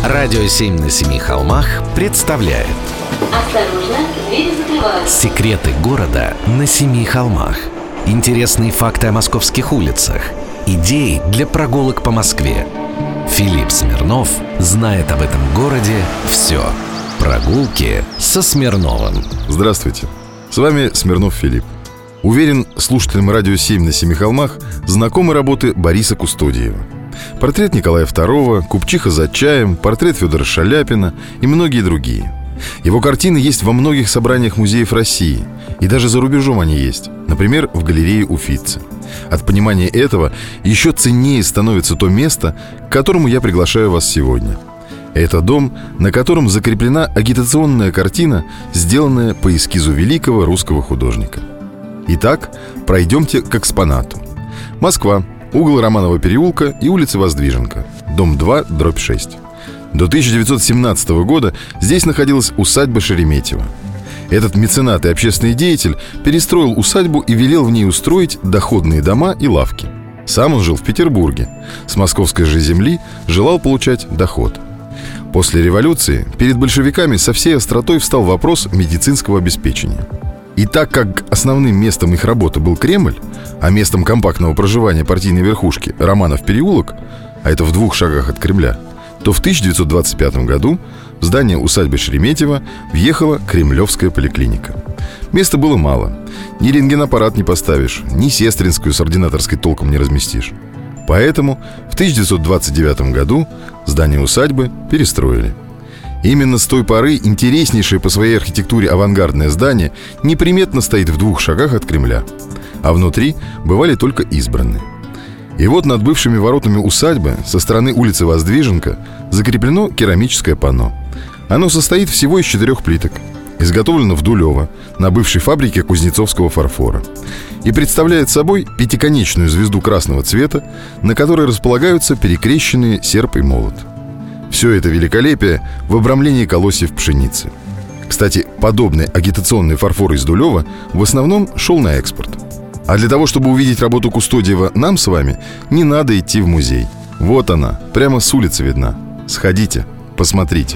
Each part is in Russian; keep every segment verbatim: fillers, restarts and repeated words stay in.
Радио семь на семи холмах представляет Осторожно, двери закрываются. Секреты города на семи холмах. Интересные факты о московских улицах. Идеи для прогулок по Москве. Филипп Смирнов знает об этом городе все. Прогулки со Смирновым. Здравствуйте, с вами Смирнов Филипп. Уверен, слушателям радио семь на семи холмах знакомы работы Бориса Кустодиева. Портрет Николая второго, Купчиха за чаем, портрет Федора Шаляпина и многие другие. Его картины есть во многих собраниях музеев России, и даже за рубежом они есть, например, в галерее Уффици. От понимания этого еще ценнее становится то место, к которому я приглашаю вас сегодня. Это дом, на котором закреплена агитационная картина, сделанная по эскизу великого русского художника. Итак, пройдемте к экспонату. Москва, угол Романова переулка и улица Воздвиженка, дом два, дробь шесть. До тысяча девятьсот семнадцатого года здесь находилась усадьба Шереметьево. Этот меценат и общественный деятель перестроил усадьбу и велел в ней устроить доходные дома и лавки. Сам он жил в Петербурге. С московской же земли желал получать доход. После революции перед большевиками со всей остротой встал вопрос медицинского обеспечения. И так как основным местом их работы был Кремль, а местом компактного проживания партийной верхушки Романов переулок, а это в двух шагах от Кремля, то в тысяча девятьсот двадцать пятом году в здание усадьбы Шереметьево въехала Кремлевская поликлиника. Места было мало. Ни рентгенаппарат не поставишь, ни сестринскую с ординаторской толком не разместишь. Поэтому в тысяча девятьсот двадцать девятом году здание усадьбы перестроили. Именно с той поры интереснейшее по своей архитектуре авангардное здание неприметно стоит в двух шагах от Кремля, а внутри бывали только избранные. И вот над бывшими воротами усадьбы со стороны улицы Воздвиженка закреплено керамическое панно. Оно состоит всего из четырех плиток, изготовлено в Дулево, на бывшей фабрике кузнецовского фарфора, и представляет собой пятиконечную звезду красного цвета, на которой располагаются перекрещенные серп и молот. Все это великолепие в обрамлении колосьев пшеницы. Кстати, подобный агитационный фарфор из Дулева в основном шел на экспорт. А для того, чтобы увидеть работу Кустодиева нам с вами, не надо идти в музей. Вот она, прямо с улицы видна. Сходите, посмотрите.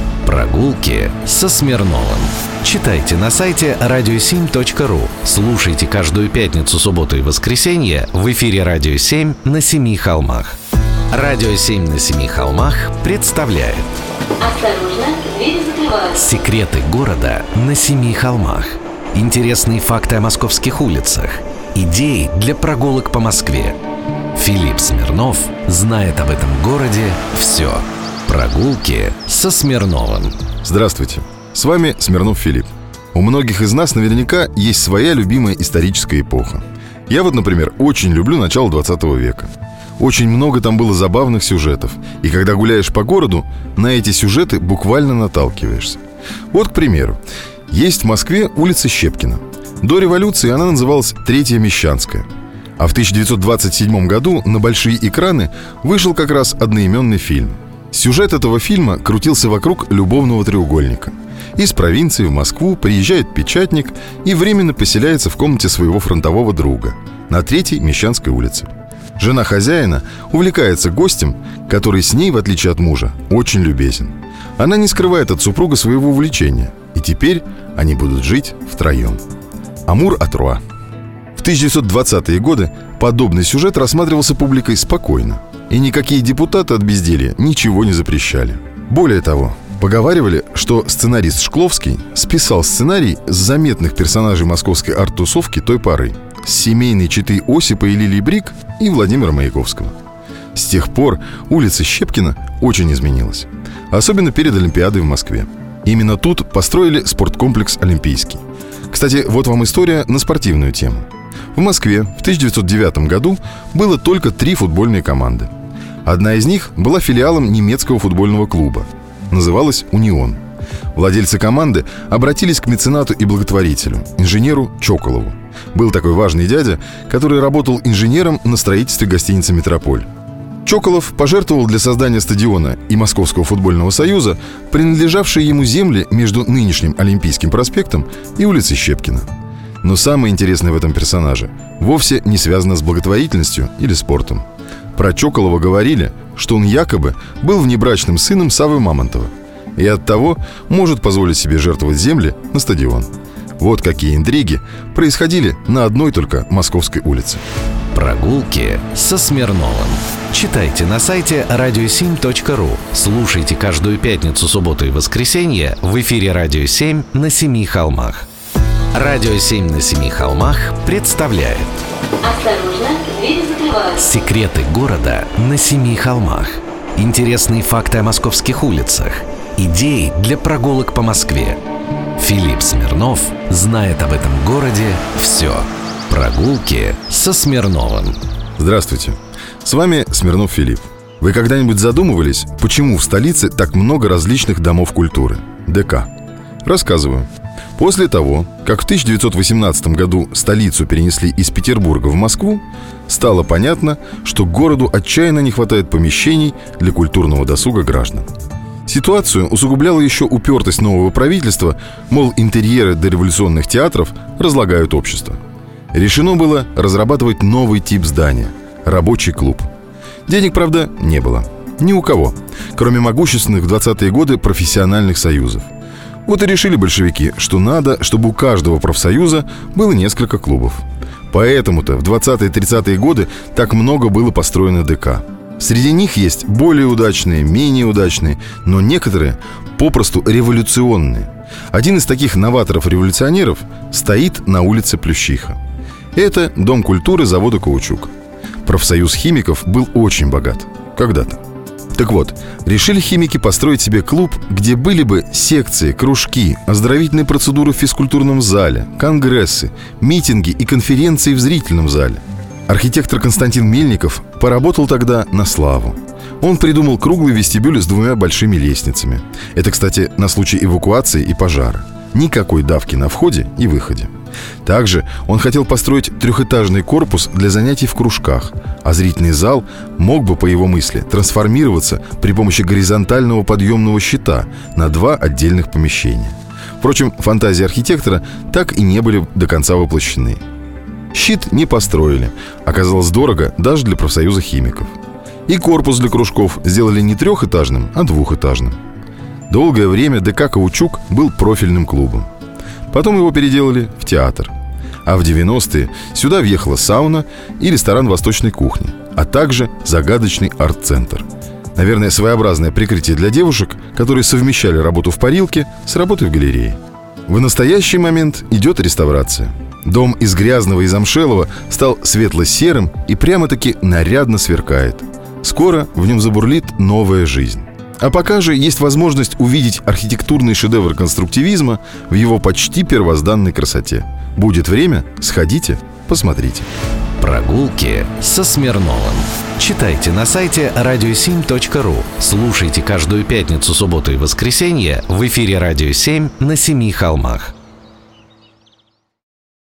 Прогулки со Смирновым. Читайте на сайте радио семь точка ру. Слушайте каждую пятницу, субботу и воскресенье в эфире «Радио семь» на семи холмах. «Радио семь на семи холмах» представляет Осторожно, двери закрываются. Секреты города на семи холмах. Интересные факты о московских улицах. Идеи для прогулок по Москве. Филипп Смирнов знает об этом городе все. Прогулки со Смирновым. Здравствуйте, с вами Смирнов Филипп. У многих из нас наверняка есть своя любимая историческая эпоха. Я вот, например, очень люблю начало двадцатого века. Очень много там было забавных сюжетов. И когда гуляешь по городу, на эти сюжеты буквально наталкиваешься. Вот, к примеру, есть в Москве улица Щепкина. До революции она называлась Третья Мещанская. А в тысяча девятьсот двадцать седьмом году на большие экраны вышел как раз одноименный фильм. Сюжет этого фильма крутился вокруг любовного треугольника. Из провинции в Москву приезжает печатник и временно поселяется в комнате своего фронтового друга на Третьей Мещанской улице. Жена хозяина увлекается гостем, который с ней, в отличие от мужа, очень любезен. Она не скрывает от супруга своего увлечения, и теперь они будут жить втроем. Амур от Руа. В тысяча девятьсот двадцатые годы подобный сюжет рассматривался публикой спокойно, и никакие депутаты от безделья ничего не запрещали. Более того, поговаривали, что сценарист Шкловский списал сценарий с заметных персонажей московской арт-тусовки той поры, с семейной четы Осипа и Лилии Брик и Владимира Маяковского. С тех пор улица Щепкина очень изменилась, особенно перед Олимпиадой в Москве. Именно тут построили спорткомплекс «Олимпийский». Кстати, вот вам история на спортивную тему. В Москве в тысяча девятьсот девятом году было только три футбольные команды. Одна из них была филиалом немецкого футбольного клуба. Называлась «Унион». Владельцы команды обратились к меценату и благотворителю, инженеру Чоколову. Был такой важный дядя, который работал инженером на строительстве гостиницы «Метрополь». Чоколов пожертвовал для создания стадиона и Московского футбольного союза принадлежавшие ему земли между нынешним Олимпийским проспектом и улицей Щепкина. Но самое интересное в этом персонаже вовсе не связано с благотворительностью или спортом. Про Чоколова говорили, что он якобы был внебрачным сыном Саввы Мамонтова и оттого может позволить себе жертвовать земли на стадион. Вот какие интриги происходили на одной только Московской улице. Прогулки со Смирновым. Читайте на сайте радио семь точка ру. Слушайте каждую пятницу, субботу и воскресенье в эфире «Радио семь» на Семи холмах. «Радио семь» на Семи холмах представляет Осторожно, двери закрываются. Секреты города на Семи холмах. Интересные факты о московских улицах. Идеи для прогулок по Москве. Филипп Смирнов знает об этом городе все. Прогулки со Смирновым. Здравствуйте, с вами Смирнов Филипп. Вы когда-нибудь задумывались, почему в столице так много различных домов культуры? ДК. Рассказываю. После того, как в тысяча девятьсот восемнадцатом году столицу перенесли из Петербурга в Москву, стало понятно, что городу отчаянно не хватает помещений для культурного досуга граждан. Ситуацию усугубляла еще упертость нового правительства, мол, интерьеры дореволюционных театров разлагают общество. Решено было разрабатывать новый тип здания – рабочий клуб. Денег, правда, не было. Ни у кого, кроме могущественных в двадцатые годы профессиональных союзов. Вот и решили большевики, что надо, чтобы у каждого профсоюза было несколько клубов. Поэтому-то в двадцатые-тридцатые годы так много было построено ДК. Среди них есть более удачные, менее удачные, но некоторые попросту революционные. Один из таких новаторов-революционеров стоит на улице Плющиха. Это Дом культуры завода «Каучук». Профсоюз химиков был очень богат. Когда-то. Так вот, решили химики построить себе клуб, где были бы секции, кружки, оздоровительные процедуры в физкультурном зале, конгрессы, митинги и конференции в зрительном зале. Архитектор Константин Мельников поработал тогда на славу. Он придумал круглый вестибюль с двумя большими лестницами. Это, кстати, на случай эвакуации и пожара. Никакой давки на входе и выходе. Также он хотел построить трехэтажный корпус для занятий в кружках, а зрительный зал мог бы, по его мысли, трансформироваться при помощи горизонтального подъемного щита на два отдельных помещения. Впрочем, фантазии архитектора так и не были до конца воплощены. Щит не построили. Оказалось дорого даже для профсоюза химиков. И корпус для кружков сделали не трехэтажным, а двухэтажным. Долгое время ДК «Каучук» был профильным клубом. Потом его переделали в театр. А в девяностые сюда въехала сауна и ресторан восточной кухни, а также загадочный арт-центр. Наверное, своеобразное прикрытие для девушек, которые совмещали работу в парилке с работой в галерее. В настоящий момент идет реставрация. Дом из грязного и замшелого стал светло-серым и прямо-таки нарядно сверкает. Скоро в нем забурлит новая жизнь. А пока же есть возможность увидеть архитектурный шедевр конструктивизма в его почти первозданной красоте. Будет время, сходите, посмотрите. Прогулки со Смирновым. Читайте на сайте радио семь точка ру. Слушайте каждую пятницу, субботу и воскресенье в эфире «Радио семь» на Семи холмах.